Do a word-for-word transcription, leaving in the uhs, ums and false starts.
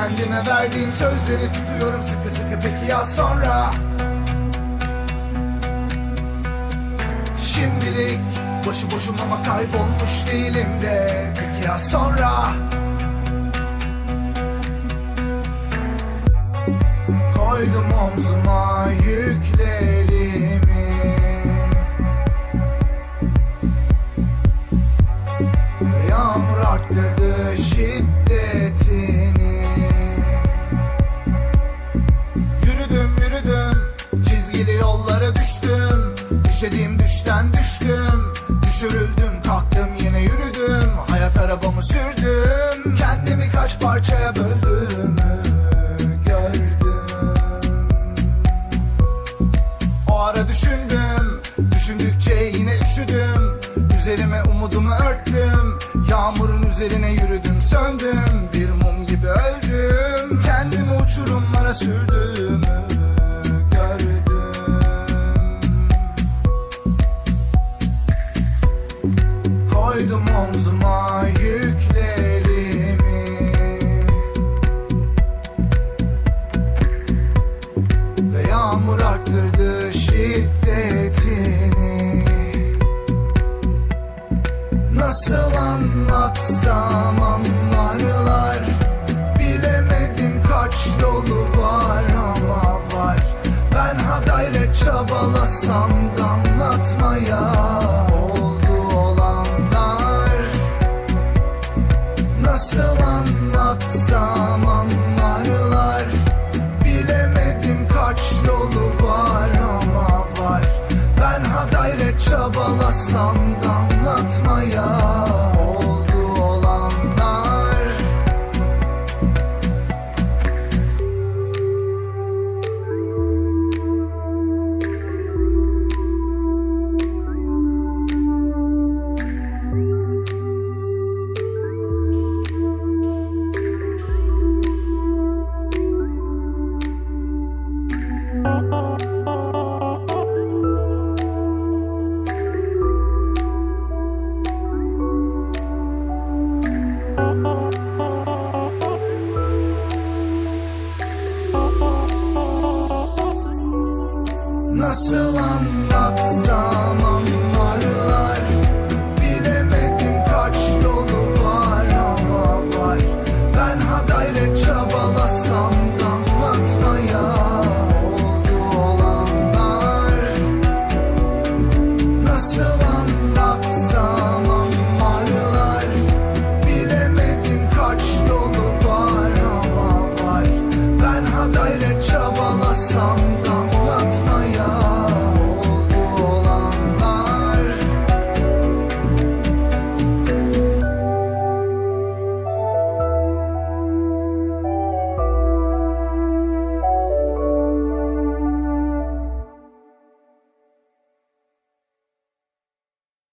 Kendime verdiğim sözleri tutuyorum sıkı sıkı, peki ya sonra? Şimdilik boşu boşum ama kaybolmuş değilim de, peki ya sonra? Koydum omzuma yüklerimi, yağmur arttırdı şiddetini. Yürüdüm yürüdüm, çizgili yollara düştüm. Düşediğim düşten düştüm, düşürüldüm kalktım yine yürüdüm. Hayat arabamı sürdüm, kendimi kaç parçaya böldüm gördüm. O ara düşündüm, düşündükçe yine üşüdüm. Üzerime umudumu örttüm, yağmurun üzerine yürüdüm söndüm. Bir mum gibi öldüm, kendimi uçurumlara sürdüğümü gördüm. Koydum omzuma yüklerimi ve yağmur arttırdı şiddetini. Nasıl anlatsam anlarlar, bilemedim kaç yolu var ama var. Ben ha gayret çabalasam da anlatmaya oldu olanlar. Nasıl anlatsam anlarlar, bilemedim kaç yolu var ama var. Ben ha gayret çabalasam da anlatmaya oldu olanlar. Nasıl anlatsam